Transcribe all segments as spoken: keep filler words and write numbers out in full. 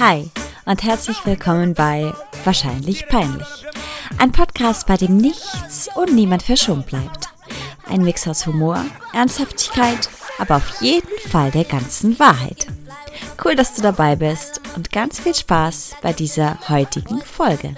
Hi und herzlich willkommen bei Wahrscheinlich Peinlich. Ein Podcast, bei dem nichts und niemand verschont bleibt. Ein Mix aus Humor, Ernsthaftigkeit, aber auf jeden Fall der ganzen Wahrheit. Cool, dass du dabei bist und ganz viel Spaß bei dieser heutigen Folge.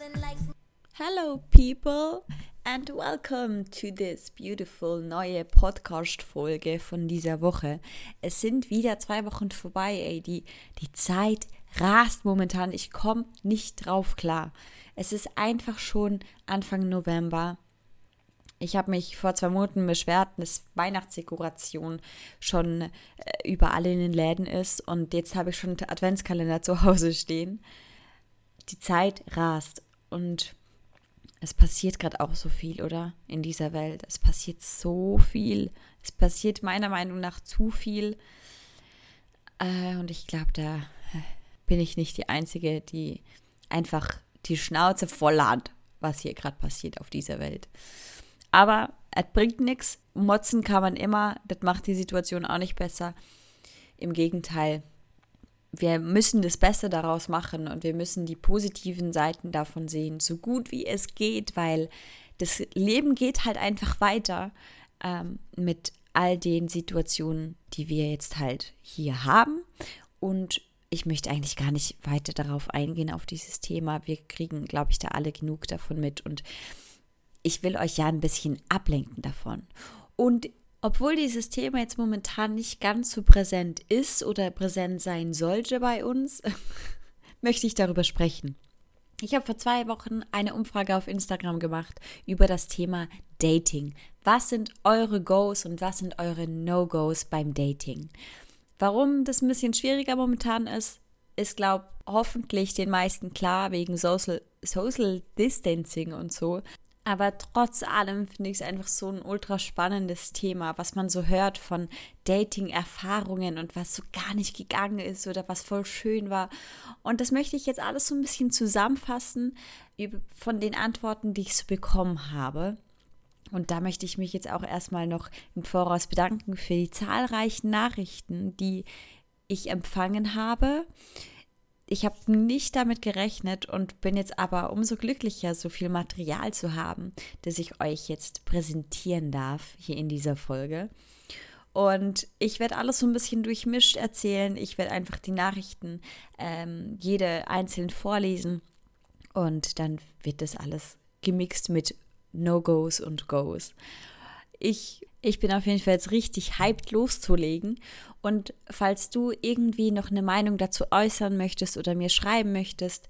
Hello people and welcome to this beautiful neue Podcast-Folge von dieser Woche. Es sind wieder zwei Wochen vorbei, ey, die, die Zeit rast momentan, ich komme nicht drauf klar. Es ist einfach schon Anfang November. Ich habe mich vor zwei Monaten beschwert, dass Weihnachtsdekoration schon äh, überall in den Läden ist und jetzt habe ich schon einen Adventskalender zu Hause stehen. Die Zeit rast und es passiert gerade auch so viel, oder? In dieser Welt. Es passiert so viel. Es passiert meiner Meinung nach zu viel. Äh, und ich glaube, da bin ich nicht die Einzige, die einfach die Schnauze voll hat, was hier gerade passiert auf dieser Welt. Aber es bringt nichts. Motzen kann man immer. Das macht die Situation auch nicht besser. Im Gegenteil. Wir müssen das Beste daraus machen und wir müssen die positiven Seiten davon sehen, so gut wie es geht, weil das Leben geht halt einfach weiter ähm, mit all den Situationen, die wir jetzt halt hier haben. Und ich möchte eigentlich gar nicht weiter darauf eingehen, auf dieses Thema. Wir kriegen, glaube ich, da alle genug davon mit und ich will euch ja ein bisschen ablenken davon. Und obwohl dieses Thema jetzt momentan nicht ganz so präsent ist oder präsent sein sollte bei uns, möchte ich darüber sprechen. Ich habe vor zwei Wochen eine Umfrage auf Instagram gemacht über das Thema Dating. Was sind eure Goes und was sind eure No-Goes beim Dating? Warum das ein bisschen schwieriger momentan ist, ist, glaube ich, hoffentlich den meisten klar wegen Social, Social Distancing und so. Aber trotz allem finde ich es einfach so ein ultra spannendes Thema, was man so hört von Dating-Erfahrungen und was so gar nicht gegangen ist oder was voll schön war. Und das möchte ich jetzt alles so ein bisschen zusammenfassen von den Antworten, die ich so bekommen habe. Und da möchte ich mich jetzt auch erstmal noch im Voraus bedanken für die zahlreichen Nachrichten, die ich empfangen habe. Ich habe nicht damit gerechnet und bin jetzt aber umso glücklicher, so viel Material zu haben, das ich euch jetzt präsentieren darf hier in dieser Folge. Und ich werde alles so ein bisschen durchmischt erzählen. Ich werde einfach die Nachrichten ähm, jede einzeln vorlesen und dann wird das alles gemixt mit No-Gos und Goes. Ich, ich bin auf jeden Fall jetzt richtig hyped loszulegen und falls du irgendwie noch eine Meinung dazu äußern möchtest oder mir schreiben möchtest,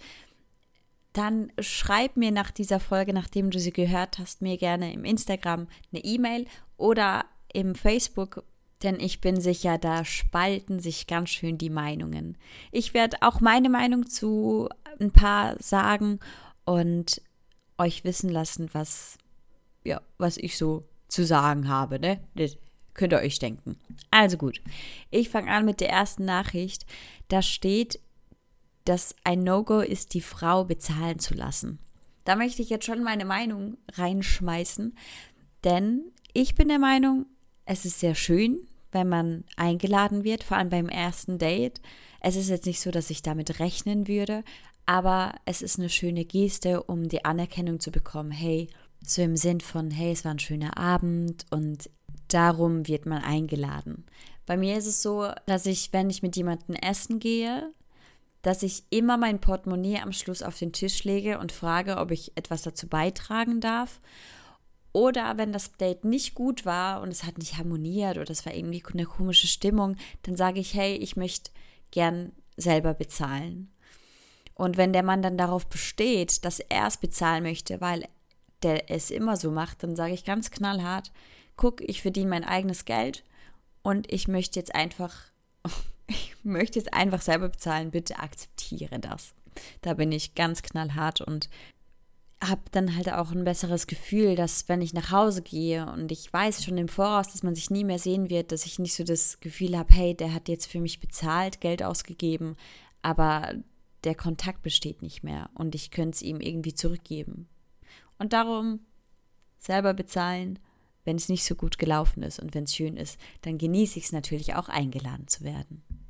dann schreib mir nach dieser Folge, nachdem du sie gehört hast, mir gerne im Instagram eine E-Mail oder im Facebook, denn ich bin sicher, da spalten sich ganz schön die Meinungen. Ich werde auch meine Meinung zu ein paar sagen und euch wissen lassen, was, ja, was ich so zu sagen habe, ne? Das könnt ihr euch denken. Also gut, ich fange an mit der ersten Nachricht. Da steht, dass ein No-Go ist, die Frau bezahlen zu lassen. Da möchte ich jetzt schon meine Meinung reinschmeißen, denn ich bin der Meinung, es ist sehr schön, wenn man eingeladen wird, vor allem beim ersten Date. Es ist jetzt nicht so, dass ich damit rechnen würde, aber es ist eine schöne Geste, um die Anerkennung zu bekommen, hey, so im Sinn von, hey, es war ein schöner Abend und darum wird man eingeladen. Bei mir ist es so, dass ich, wenn ich mit jemandem essen gehe, dass ich immer mein Portemonnaie am Schluss auf den Tisch lege und frage, ob ich etwas dazu beitragen darf. Oder wenn das Date nicht gut war und es hat nicht harmoniert oder es war irgendwie eine komische Stimmung, dann sage ich, hey, ich möchte gern selber bezahlen. Und wenn der Mann dann darauf besteht, dass er es bezahlen möchte, weil der es immer so macht, dann sage ich ganz knallhart, guck, ich verdiene mein eigenes Geld und ich möchte jetzt einfach, ich möchte jetzt einfach selber bezahlen, bitte akzeptiere das. Da bin ich ganz knallhart und habe dann halt auch ein besseres Gefühl, dass wenn ich nach Hause gehe und ich weiß schon im Voraus, dass man sich nie mehr sehen wird, dass ich nicht so das Gefühl habe, hey, der hat jetzt für mich bezahlt, Geld ausgegeben, aber der Kontakt besteht nicht mehr und ich könnte es ihm irgendwie zurückgeben. Und darum selber bezahlen, wenn es nicht so gut gelaufen ist und wenn es schön ist, dann genieße ich es natürlich auch, eingeladen zu werden.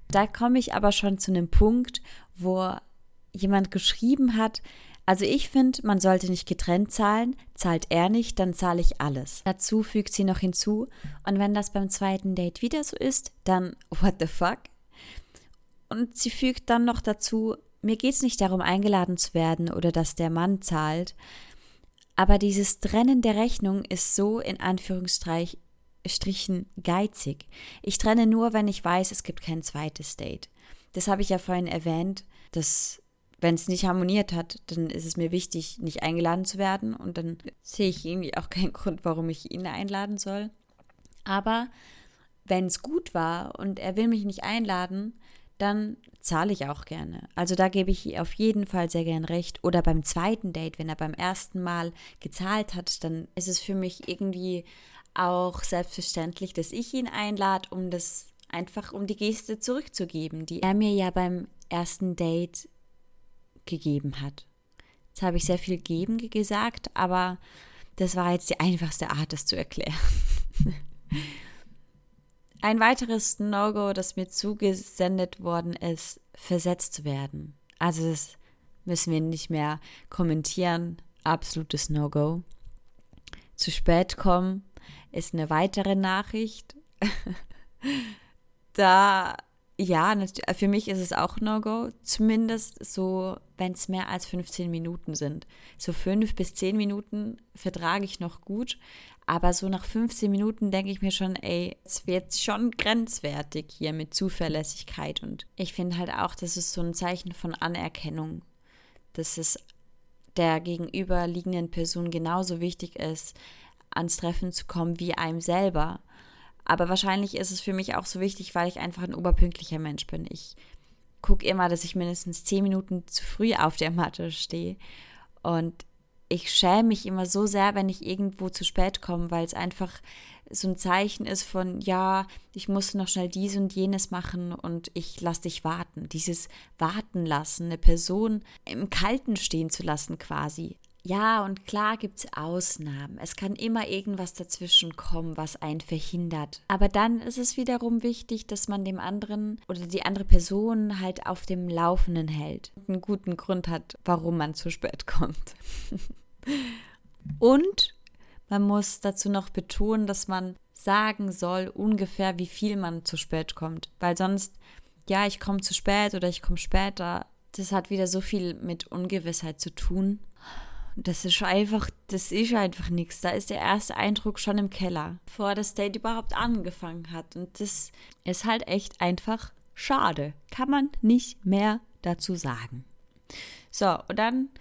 Da komme ich aber schon zu einem Punkt, wo jemand geschrieben hat, also ich finde, man sollte nicht getrennt zahlen, zahlt er nicht, dann zahle ich alles. Dazu fügt sie noch hinzu, und wenn das beim zweiten Date wieder so ist, dann what the fuck? Und sie fügt dann noch dazu, mir geht es nicht darum, eingeladen zu werden oder dass der Mann zahlt, aber dieses Trennen der Rechnung ist so in Anführungsstrichen geizig. Ich trenne nur, wenn ich weiß, es gibt kein zweites Date. Das habe ich ja vorhin erwähnt, dass wenn es nicht harmoniert hat, dann ist es mir wichtig, nicht eingeladen zu werden und dann sehe ich irgendwie auch keinen Grund, warum ich ihn einladen soll. Aber wenn es gut war und er will mich nicht einladen, dann zahle ich auch gerne. Also da gebe ich auf jeden Fall sehr gern recht. Oder beim zweiten Date, wenn er beim ersten Mal gezahlt hat, dann ist es für mich irgendwie auch selbstverständlich, dass ich ihn einlade, um das einfach, um die Geste zurückzugeben, die er mir ja beim ersten Date gegeben hat. Jetzt habe ich sehr viel geben gesagt, aber das war jetzt die einfachste Art, das zu erklären. Ein weiteres No-Go, das mir zugesendet worden ist, versetzt zu werden. Also das müssen wir nicht mehr kommentieren. Absolutes No-Go. Zu spät kommen ist eine weitere Nachricht. Da, ja, für mich ist es auch No-Go. Zumindest so, wenn es mehr als fünfzehn Minuten sind. So fünf bis zehn Minuten vertrage ich noch gut. Aber so nach fünfzehn Minuten denke ich mir schon, ey, es wird schon grenzwertig hier mit Zuverlässigkeit. Und ich finde halt auch, das ist so ein Zeichen von Anerkennung, dass es der gegenüberliegenden Person genauso wichtig ist, ans Treffen zu kommen wie einem selber. Aber wahrscheinlich ist es für mich auch so wichtig, weil ich einfach ein oberpünktlicher Mensch bin. Ich gucke immer, dass ich mindestens zehn Minuten zu früh auf der Matte stehe. Und ich schäme mich immer so sehr, wenn ich irgendwo zu spät komme, weil es einfach so ein Zeichen ist von, ja, ich muss noch schnell dies und jenes machen und ich lasse dich warten. Dieses Warten lassen, eine Person im Kalten stehen zu lassen quasi. Ja, und klar gibt es Ausnahmen. Es kann immer irgendwas dazwischen kommen, was einen verhindert. Aber dann ist es wiederum wichtig, dass man dem anderen oder die andere Person halt auf dem Laufenden hält. Einen guten Grund hat, warum man zu spät kommt. Und man muss dazu noch betonen, dass man sagen soll, ungefähr wie viel man zu spät kommt. Weil sonst, ja, ich komme zu spät oder ich komme später, das hat wieder so viel mit Ungewissheit zu tun. Das ist einfach, das ist einfach nichts. Da ist der erste Eindruck schon im Keller, bevor das Date überhaupt angefangen hat. Und das ist halt echt einfach schade. Kann man nicht mehr dazu sagen. So, und dann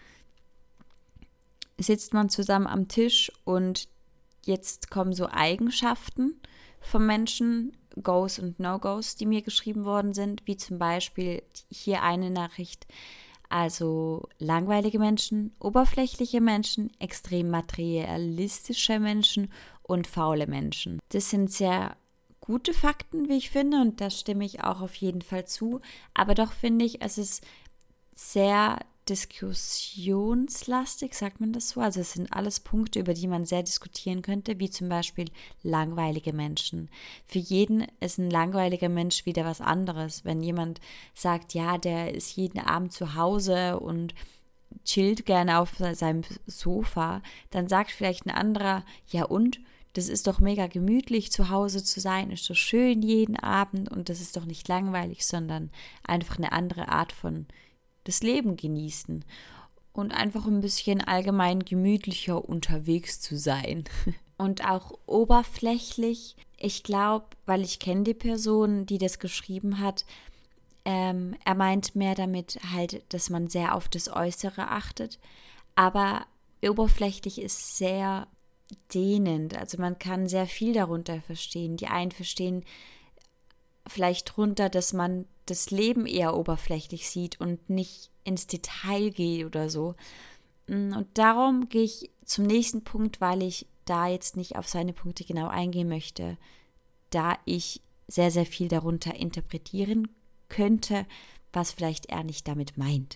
sitzt man zusammen am Tisch und jetzt kommen so Eigenschaften von Menschen, Goes und No-Goes, die mir geschrieben worden sind, wie zum Beispiel hier eine Nachricht. Also langweilige Menschen, oberflächliche Menschen, extrem materialistische Menschen und faule Menschen. Das sind sehr gute Fakten, wie ich finde, und da stimme ich auch auf jeden Fall zu. Aber doch finde ich, es ist sehr diskussionslastig, sagt man das so? Also es sind alles Punkte, über die man sehr diskutieren könnte, wie zum Beispiel langweilige Menschen. Für jeden ist ein langweiliger Mensch wieder was anderes. Wenn jemand sagt, ja, der ist jeden Abend zu Hause und chillt gerne auf seinem Sofa, dann sagt vielleicht ein anderer, ja und? Das ist doch mega gemütlich, zu Hause zu sein, ist doch schön jeden Abend und das ist doch nicht langweilig, sondern einfach eine andere Art von das Leben genießen und einfach ein bisschen allgemein gemütlicher unterwegs zu sein. Und auch oberflächlich, ich glaube, weil ich kenne die Person, die das geschrieben hat, ähm, er meint mehr damit halt, dass man sehr auf das Äußere achtet, aber oberflächlich ist sehr dehnend, also man kann sehr viel darunter verstehen. Die einen verstehen vielleicht drunter, dass man das Leben eher oberflächlich sieht und nicht ins Detail geht oder so. Und darum gehe ich zum nächsten Punkt, weil ich da jetzt nicht auf seine Punkte genau eingehen möchte, da ich sehr, sehr viel darunter interpretieren könnte, was vielleicht er nicht damit meint.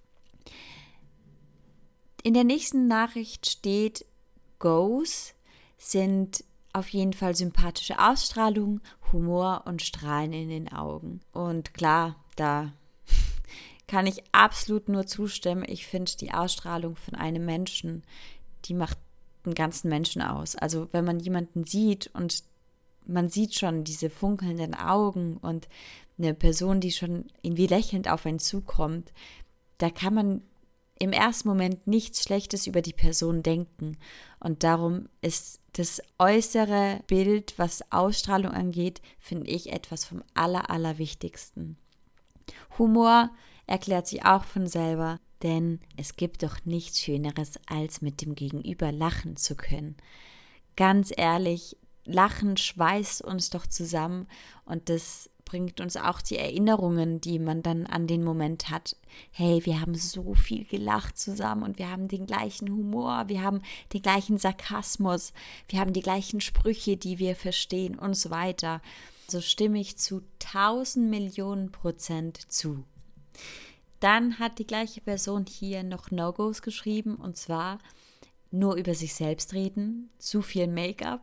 In der nächsten Nachricht steht, Goes sind auf jeden Fall sympathische Ausstrahlung, Humor und Strahlen in den Augen. Und klar, da kann ich absolut nur zustimmen. Ich finde, die Ausstrahlung von einem Menschen, die macht einen ganzen Menschen aus. Also wenn man jemanden sieht und man sieht schon diese funkelnden Augen und eine Person, die schon irgendwie lächelnd auf einen zukommt, da kann man im ersten Moment nichts Schlechtes über die Person denken. Und darum ist das äußere Bild, was Ausstrahlung angeht, finde ich etwas vom Aller, Allerwichtigsten. Humor erklärt sich auch von selber, denn es gibt doch nichts Schöneres, als mit dem Gegenüber lachen zu können. Ganz ehrlich, Lachen schweißt uns doch zusammen und das bringt uns auch die Erinnerungen, die man dann an den Moment hat. Hey, wir haben so viel gelacht zusammen und wir haben den gleichen Humor, wir haben den gleichen Sarkasmus, wir haben die gleichen Sprüche, die wir verstehen und so weiter. So stimme ich zu tausend Millionen Prozent zu. Dann hat die gleiche Person hier noch No-Gos geschrieben und zwar nur über sich selbst reden, zu viel Make-up.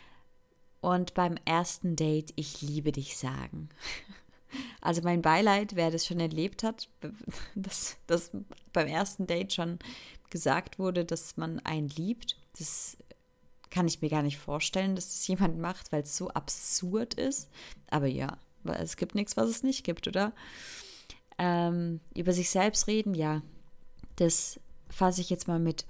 Und beim ersten Date, ich liebe dich sagen. Also mein Beileid, wer das schon erlebt hat, dass, dass beim ersten Date schon gesagt wurde, dass man einen liebt. Das kann ich mir gar nicht vorstellen, dass das jemand macht, weil es so absurd ist. Aber ja, es gibt nichts, was es nicht gibt, oder? Ähm, über sich selbst reden, ja. Das fasse ich jetzt mal mit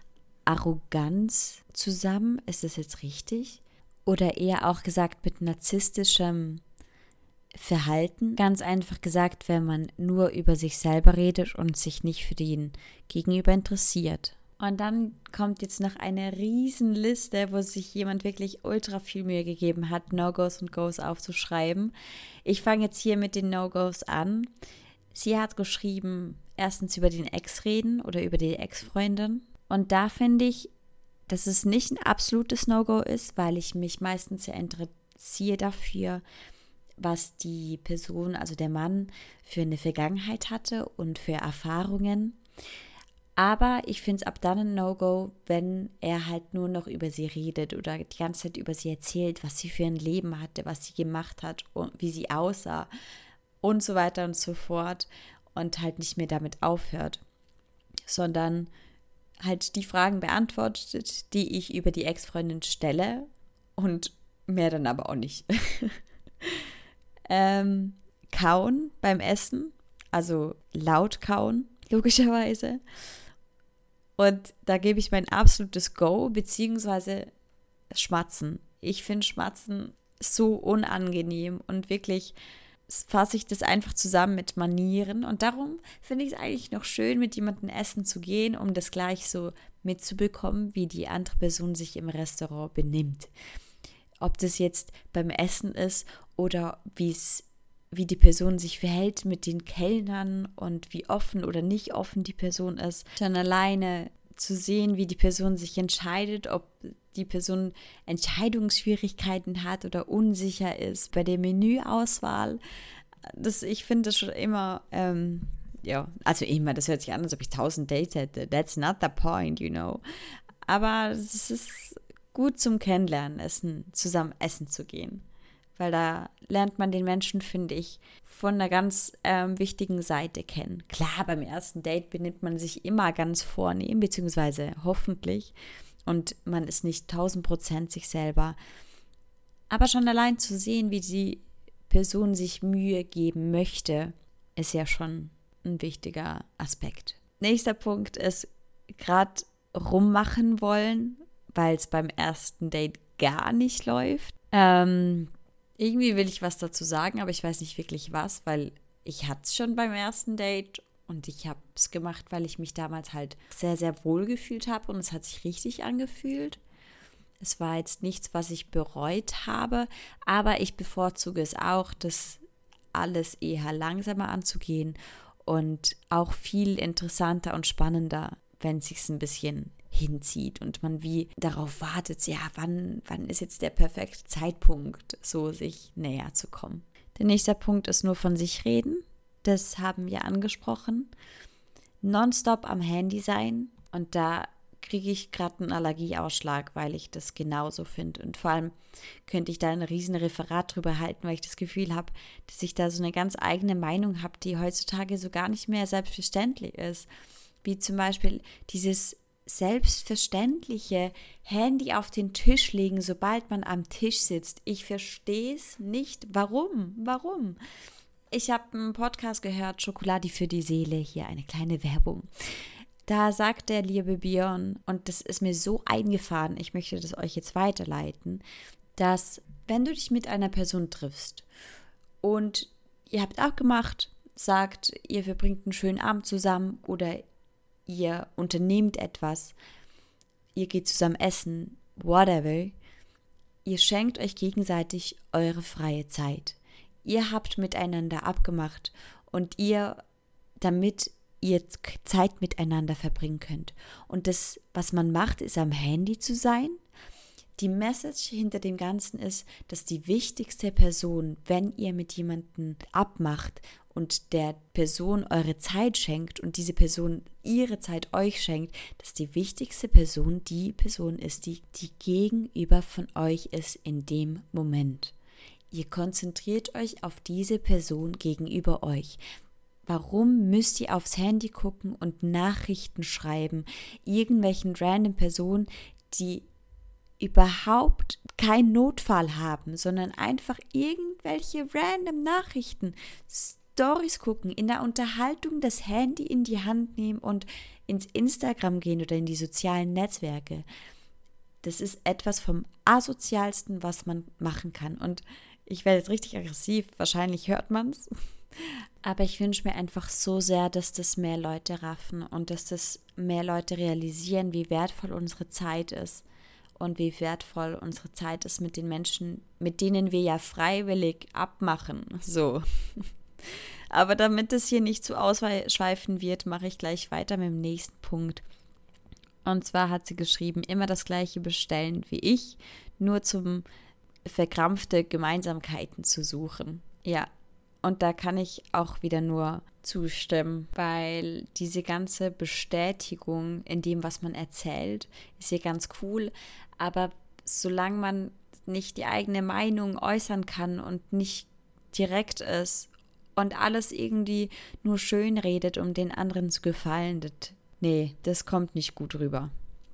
Arroganz zusammen. Ist das jetzt richtig? Oder eher auch gesagt mit narzisstischem Verhalten. Ganz einfach gesagt, wenn man nur über sich selber redet und sich nicht für den Gegenüber interessiert. Und dann kommt jetzt noch eine Riesenliste, wo sich jemand wirklich ultra viel Mühe gegeben hat, No-Gos und Goes aufzuschreiben. Ich fange jetzt hier mit den No-Gos an. Sie hat geschrieben, erstens über den Ex reden oder über die Ex-Freundin. Und da finde ich, dass es nicht ein absolutes No-Go ist, weil ich mich meistens ja interessiere dafür, was die Person, also der Mann, für eine Vergangenheit hatte und für Erfahrungen. Aber ich finde es ab dann ein No-Go, wenn er halt nur noch über sie redet oder die ganze Zeit über sie erzählt, was sie für ein Leben hatte, was sie gemacht hat und wie sie aussah und so weiter und so fort und halt nicht mehr damit aufhört, sondern halt die Fragen beantwortet, die ich über die Ex-Freundin stelle und mehr dann aber auch nicht. ähm, kauen beim Essen, also laut kauen, logischerweise. Und da gebe ich mein absolutes Go, beziehungsweise Schmatzen. Ich finde Schmatzen so unangenehm und wirklich fasse ich das einfach zusammen mit Manieren und darum finde ich es eigentlich noch schön, mit jemandem essen zu gehen, um das gleich so mitzubekommen, wie die andere Person sich im Restaurant benimmt. Ob das jetzt beim Essen ist oder wie es, wie die Person sich verhält mit den Kellnern und wie offen oder nicht offen die Person ist. Schon alleine zu sehen, wie die Person sich entscheidet, ob die Person Entscheidungsschwierigkeiten hat oder unsicher ist bei der Menüauswahl. Das, ich finde das schon immer, ähm, ja, also immer, das hört sich an, als ob ich tausend Dates hätte. That's not the point, you know. Aber es ist gut zum Kennenlernen, essen, zusammen essen zu gehen. Weil da lernt man den Menschen, finde ich, von einer ganz ähm, wichtigen Seite kennen. Klar, beim ersten Date benimmt man sich immer ganz vornehm, beziehungsweise hoffentlich. Und man ist nicht tausend Prozent sich selber. Aber schon allein zu sehen, wie die Person sich Mühe geben möchte, ist ja schon ein wichtiger Aspekt. Nächster Punkt ist gerade rummachen wollen, weil es beim ersten Date gar nicht läuft. Ähm, irgendwie will ich was dazu sagen, aber ich weiß nicht wirklich was, weil ich hatte es schon beim ersten Date und ich habe es gemacht, weil ich mich damals halt sehr, sehr wohl gefühlt habe und es hat sich richtig angefühlt. Es war jetzt nichts, was ich bereut habe, aber ich bevorzuge es auch, das alles eher langsamer anzugehen und auch viel interessanter und spannender, wenn es sich ein bisschen hinzieht und man wie darauf wartet, ja, wann, wann ist jetzt der perfekte Zeitpunkt, so sich näher zu kommen. Der nächste Punkt ist nur von sich reden. Das haben wir angesprochen. Nonstop am Handy sein und da kriege ich gerade einen Allergieausschlag, weil ich das genauso finde. Und vor allem könnte ich da ein riesen Referat drüber halten, weil ich das Gefühl habe, dass ich da so eine ganz eigene Meinung habe, die heutzutage so gar nicht mehr selbstverständlich ist. Wie zum Beispiel dieses selbstverständliche Handy auf den Tisch legen, sobald man am Tisch sitzt. Ich verstehe es nicht. Warum? Warum? Ich habe einen Podcast gehört, Schokolade für die Seele, hier eine kleine Werbung. Da sagt der liebe Björn, und das ist mir so eingefahren, ich möchte das euch jetzt weiterleiten, dass wenn du dich mit einer Person triffst und ihr habt abgemacht, sagt, ihr verbringt einen schönen Abend zusammen oder ihr unternehmt etwas, ihr geht zusammen essen, whatever, ihr schenkt euch gegenseitig eure freie Zeit. Ihr habt miteinander abgemacht und ihr, damit ihr Zeit miteinander verbringen könnt. Und das, was man macht, ist am Handy zu sein. Die Message hinter dem Ganzen ist, dass die wichtigste Person, wenn ihr mit jemandem abmacht und der Person eure Zeit schenkt und diese Person ihre Zeit euch schenkt, dass die wichtigste Person die Person ist, die, die gegenüber von euch ist in dem Moment. Ihr konzentriert euch auf diese Person gegenüber euch. Warum müsst ihr aufs Handy gucken und Nachrichten schreiben, irgendwelchen random Personen, die überhaupt keinen Notfall haben, sondern einfach irgendwelche random Nachrichten, Stories gucken, in der Unterhaltung das Handy in die Hand nehmen und ins Instagram gehen oder in die sozialen Netzwerke. Das ist etwas vom Asozialsten, was man machen kann. Und ich werde jetzt richtig aggressiv, wahrscheinlich hört man es. Aber ich wünsche mir einfach so sehr, dass das mehr Leute raffen und dass das mehr Leute realisieren, wie wertvoll unsere Zeit ist und wie wertvoll unsere Zeit ist mit den Menschen, mit denen wir ja freiwillig abmachen. So. Aber damit es hier nicht zu ausschweifen wird, mache ich gleich weiter mit dem nächsten Punkt. Und zwar hat sie geschrieben, immer das Gleiche bestellen wie ich, nur zum verkrampfte Gemeinsamkeiten zu suchen. Ja, und da kann ich auch wieder nur zustimmen, weil diese ganze Bestätigung in dem, was man erzählt, ist ja ganz cool, aber solange man nicht die eigene Meinung äußern kann und nicht direkt ist und alles irgendwie nur schön redet, um den anderen zu gefallen, das, nee, das kommt nicht gut rüber.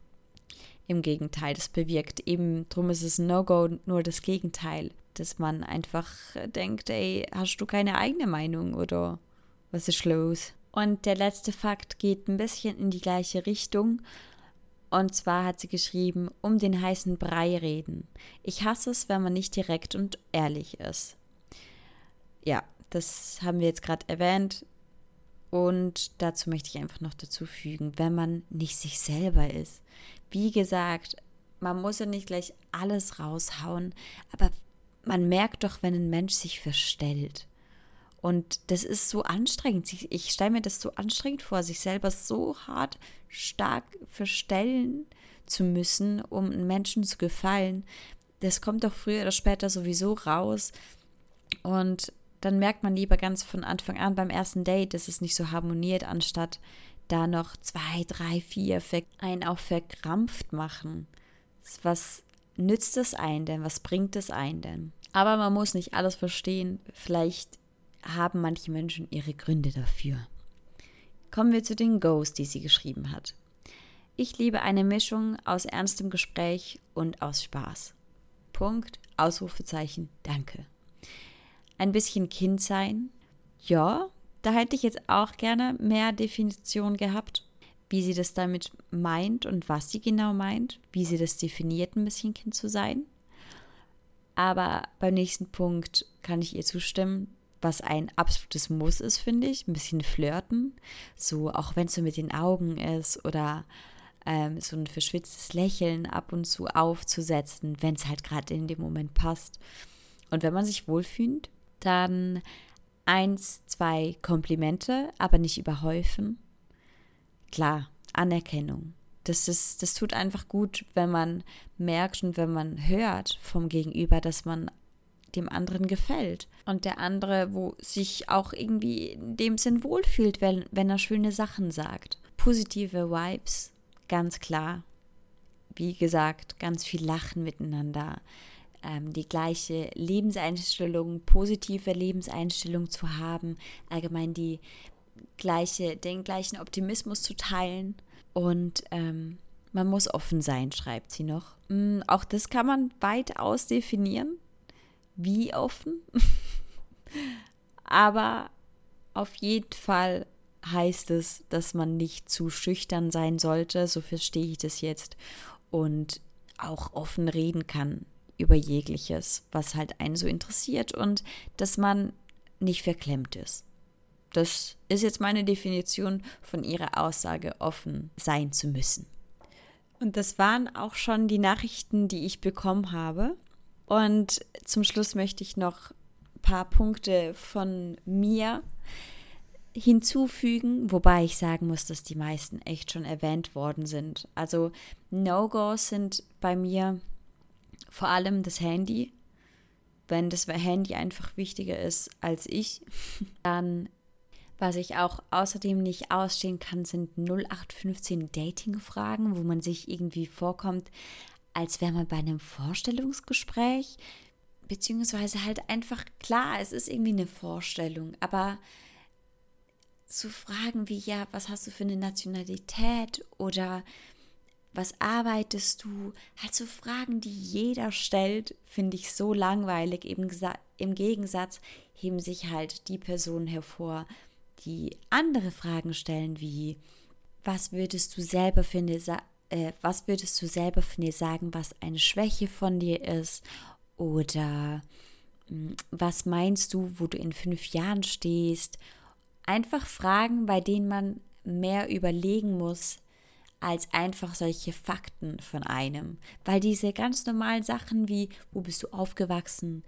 Im Gegenteil, das bewirkt eben, drum ist es ein No-Go, nur das Gegenteil, dass man einfach denkt, ey, hast du keine eigene Meinung oder was ist los? Und der letzte Fakt geht ein bisschen in die gleiche Richtung. Und zwar hat sie geschrieben, um den heißen Brei reden. Ich hasse es, wenn man nicht direkt und ehrlich ist. Ja, das haben wir jetzt gerade erwähnt. Und dazu möchte ich einfach noch dazu fügen, wenn man nicht sich selber ist. Wie gesagt, man muss ja nicht gleich alles raushauen, aber man merkt doch, wenn ein Mensch sich verstellt. Und das ist so anstrengend. Ich stelle mir das so anstrengend vor, sich selber so hart, stark verstellen zu müssen, um einem Menschen zu gefallen. Das kommt doch früher oder später sowieso raus. Und dann merkt man lieber ganz von Anfang an beim ersten Date, dass es nicht so harmoniert, anstatt da noch zwei, drei, vier einen auch verkrampft machen. Was nützt es einen denn? Was bringt es einen denn? Aber man muss nicht alles verstehen. Vielleicht haben manche Menschen ihre Gründe dafür. Kommen wir zu den Go's, die sie geschrieben hat. Ich liebe eine Mischung aus ernstem Gespräch und aus Spaß. Punkt, Ausrufezeichen, danke. Ein bisschen Kind sein. Ja, da hätte ich jetzt auch gerne mehr Definition gehabt, wie sie das damit meint und was sie genau meint, wie sie das definiert, ein bisschen Kind zu sein. Aber beim nächsten Punkt kann ich ihr zustimmen, was ein absolutes Muss ist, finde ich, ein bisschen flirten, so auch wenn es so mit den Augen ist oder ähm, so ein verschwitztes Lächeln ab und zu aufzusetzen, wenn es halt gerade in dem Moment passt. Und wenn man sich wohlfühlt, dann eins, zwei Komplimente, aber nicht überhäufen. Klar, Anerkennung. Das ist, das tut einfach gut, wenn man merkt und wenn man hört vom Gegenüber, dass man dem anderen gefällt. Und der andere, wo sich auch irgendwie in dem Sinn wohlfühlt, wenn, wenn er schöne Sachen sagt. Positive Vibes, ganz klar, wie gesagt, ganz viel Lachen miteinander, ähm, die gleiche Lebenseinstellung, positive Lebenseinstellung zu haben, allgemein die gleiche, den gleichen Optimismus zu teilen und ähm, man muss offen sein, schreibt sie noch. Mm, auch das kann man weit ausdefinieren, wie offen, aber auf jeden Fall heißt es, dass man nicht zu schüchtern sein sollte, so verstehe ich das jetzt, und auch offen reden kann über jegliches, was halt einen so interessiert und dass man nicht verklemmt ist. Das ist jetzt meine Definition von ihrer Aussage, offen sein zu müssen. Und das waren auch schon die Nachrichten, die ich bekommen habe. Und zum Schluss möchte ich noch ein paar Punkte von mir hinzufügen, wobei ich sagen muss, dass die meisten echt schon erwähnt worden sind. Also No-Gos sind bei mir vor allem das Handy. Wenn das Handy einfach wichtiger ist als ich, dann, was ich auch außerdem nicht ausstehen kann, sind null acht fünfzehn Dating-Fragen, wo man sich irgendwie vorkommt, als wäre man bei einem Vorstellungsgespräch, beziehungsweise halt einfach, klar, es ist irgendwie eine Vorstellung, aber so Fragen wie, ja, was hast du für eine Nationalität oder was arbeitest du? Halt so Fragen, die jeder stellt, finde ich so langweilig. Im, Im Gegensatz heben sich halt die Personen hervor, die andere Fragen stellen, wie, was würdest du selber für eine, äh, was würdest du selber von dir sagen, was eine Schwäche von dir ist? Oder mh, was meinst du, wo du in fünf Jahren stehst? Einfach Fragen, bei denen man mehr überlegen muss, als einfach solche Fakten von einem. Weil diese ganz normalen Sachen wie, wo bist du aufgewachsen,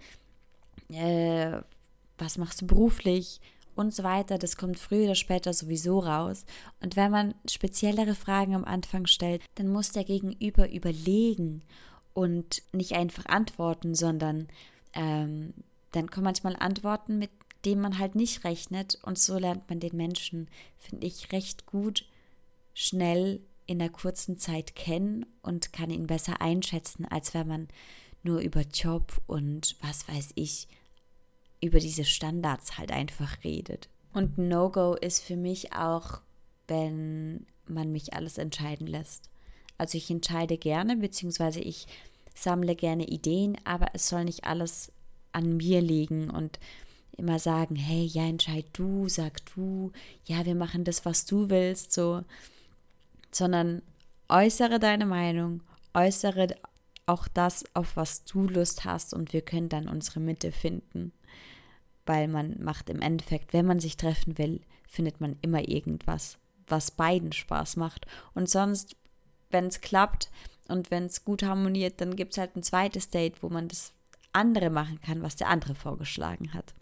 äh, was machst du beruflich und so weiter, das kommt früher oder später sowieso raus. Und wenn man speziellere Fragen am Anfang stellt, dann muss der Gegenüber überlegen und nicht einfach antworten, sondern ähm, dann kommen manchmal Antworten, mit dem man halt nicht rechnet, und so lernt man den Menschen, finde ich, recht gut, schnell in einer kurzen Zeit kennen und kann ihn besser einschätzen, als wenn man nur über Job und was weiß ich, über diese Standards halt einfach redet. Und No-Go ist für mich auch, wenn man mich alles entscheiden lässt. Also ich entscheide gerne, beziehungsweise ich sammle gerne Ideen, aber es soll nicht alles an mir liegen und immer sagen, hey, ja, entscheid du, sag du, ja, wir machen das, was du willst, so, sondern äußere deine Meinung, äußere auch das, auf was du Lust hast, und wir können dann unsere Mitte finden, weil man macht im Endeffekt, wenn man sich treffen will, findet man immer irgendwas, was beiden Spaß macht, und sonst, wenn es klappt und wenn es gut harmoniert, dann gibt es halt ein zweites Date, wo man das andere machen kann, was der andere vorgeschlagen hat.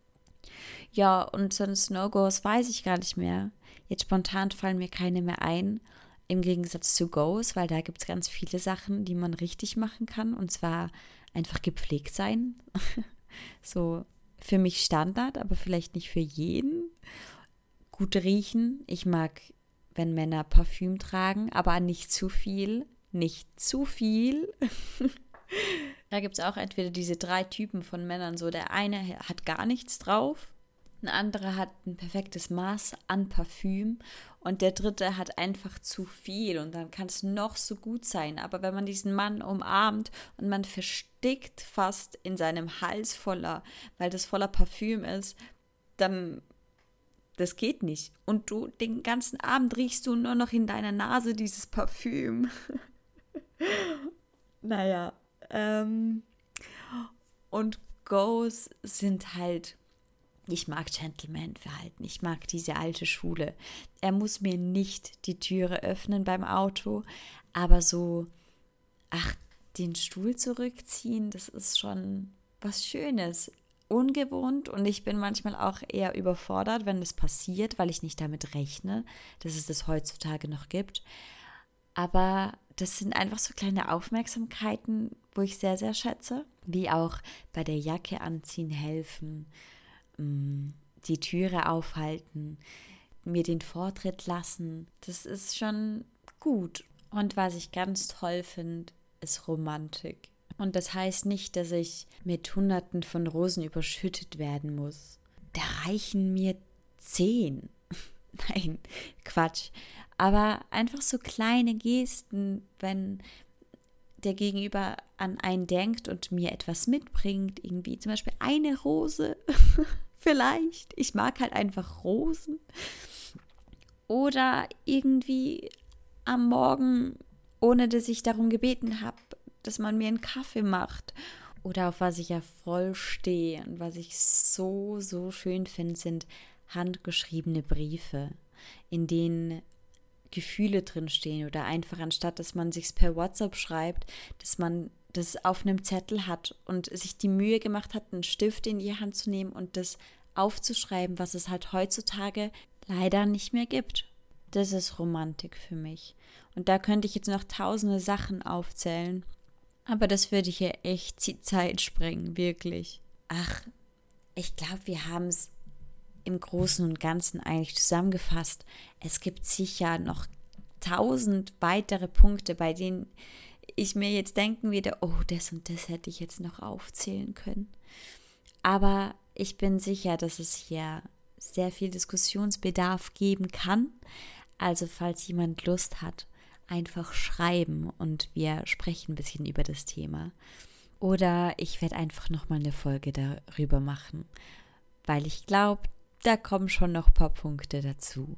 Ja, und sonst No-Gos weiß ich gar nicht mehr. Jetzt spontan fallen mir keine mehr ein, im Gegensatz zu Goes, weil da gibt es ganz viele Sachen, die man richtig machen kann, und zwar einfach gepflegt sein. So für mich Standard, aber vielleicht nicht für jeden. Gut riechen. Ich mag, wenn Männer Parfüm tragen, aber nicht zu viel. Nicht zu viel. Da gibt es auch entweder diese drei Typen von Männern. So, der eine hat gar nichts drauf, ein anderer hat ein perfektes Maß an Parfüm und der dritte hat einfach zu viel, und dann kann es noch so gut sein. Aber wenn man diesen Mann umarmt und man verstickt fast in seinem Hals voller, weil das voller Parfüm ist, dann, das geht nicht. Und du, den ganzen Abend riechst du nur noch in deiner Nase dieses Parfüm. Naja, ähm, und Goes sind halt, ich mag Gentleman-Verhalten, ich mag diese alte Schule. Er muss mir nicht die Türe öffnen beim Auto, aber so, ach, den Stuhl zurückziehen, das ist schon was Schönes. Ungewohnt, und ich bin manchmal auch eher überfordert, wenn das passiert, weil ich nicht damit rechne, dass es das heutzutage noch gibt. Aber das sind einfach so kleine Aufmerksamkeiten, wo ich sehr, sehr schätze. Wie auch bei der Jacke anziehen helfen, die Türe aufhalten, mir den Vortritt lassen. Das ist schon gut. Und was ich ganz toll finde, ist Romantik. Und das heißt nicht, dass ich mit Hunderten von Rosen überschüttet werden muss. Da reichen mir zehn. Nein, Quatsch. Aber einfach so kleine Gesten, wenn der Gegenüber an einen denkt und mir etwas mitbringt, irgendwie zum Beispiel eine Rose, vielleicht. Ich mag halt einfach Rosen. Oder irgendwie am Morgen, ohne dass ich darum gebeten habe, dass man mir einen Kaffee macht. Oder auf was ich ja voll stehe und was ich so, so schön finde, sind handgeschriebene Briefe, in denen Gefühle drinstehen oder einfach anstatt, dass man sich's per WhatsApp schreibt, dass man das auf einem Zettel hat und sich die Mühe gemacht hat, einen Stift in die Hand zu nehmen und das aufzuschreiben, was es halt heutzutage leider nicht mehr gibt. Das ist Romantik für mich. Und da könnte ich jetzt noch tausende Sachen aufzählen, aber das würde hier echt die Zeit sprengen, wirklich. Ach, ich glaube, wir haben es im Großen und Ganzen eigentlich zusammengefasst. Es gibt sicher noch tausend weitere Punkte, bei denen ich mir jetzt denken würde, oh, das und das hätte ich jetzt noch aufzählen können. Aber ich bin sicher, dass es hier sehr viel Diskussionsbedarf geben kann. Also falls jemand Lust hat, einfach schreiben und wir sprechen ein bisschen über das Thema. Oder ich werde einfach nochmal eine Folge darüber machen, weil ich glaube, da kommen schon noch ein paar Punkte dazu.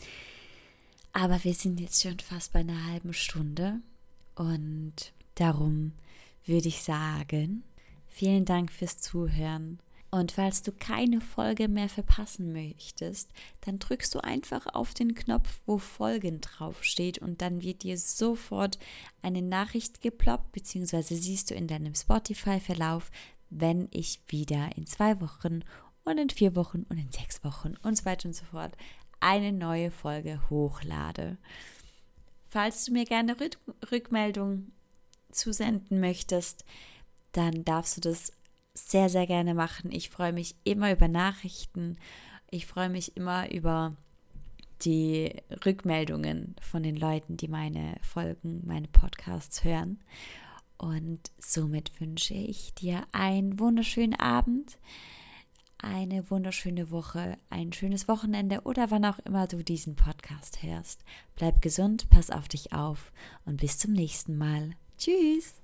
Aber wir sind jetzt schon fast bei einer halben Stunde und darum würde ich sagen, vielen Dank fürs Zuhören. Und falls du keine Folge mehr verpassen möchtest, dann drückst du einfach auf den Knopf, wo Folgen draufsteht und dann wird dir sofort eine Nachricht geploppt, beziehungsweise siehst du in deinem Spotify-Verlauf, wenn ich wieder in zwei Wochen und in vier Wochen und in sechs Wochen und so weiter und so fort eine neue Folge hochlade. Falls du mir gerne Rück- Rückmeldung zusenden möchtest, dann darfst du das sehr, sehr gerne machen. Ich freue mich immer über Nachrichten. Ich freue mich immer über die Rückmeldungen von den Leuten, die meine Folgen, meine Podcasts hören. Und somit wünsche ich dir einen wunderschönen Abend, eine wunderschöne Woche, ein schönes Wochenende oder wann auch immer du diesen Podcast hörst. Bleib gesund, pass auf dich auf und bis zum nächsten Mal. Tschüss!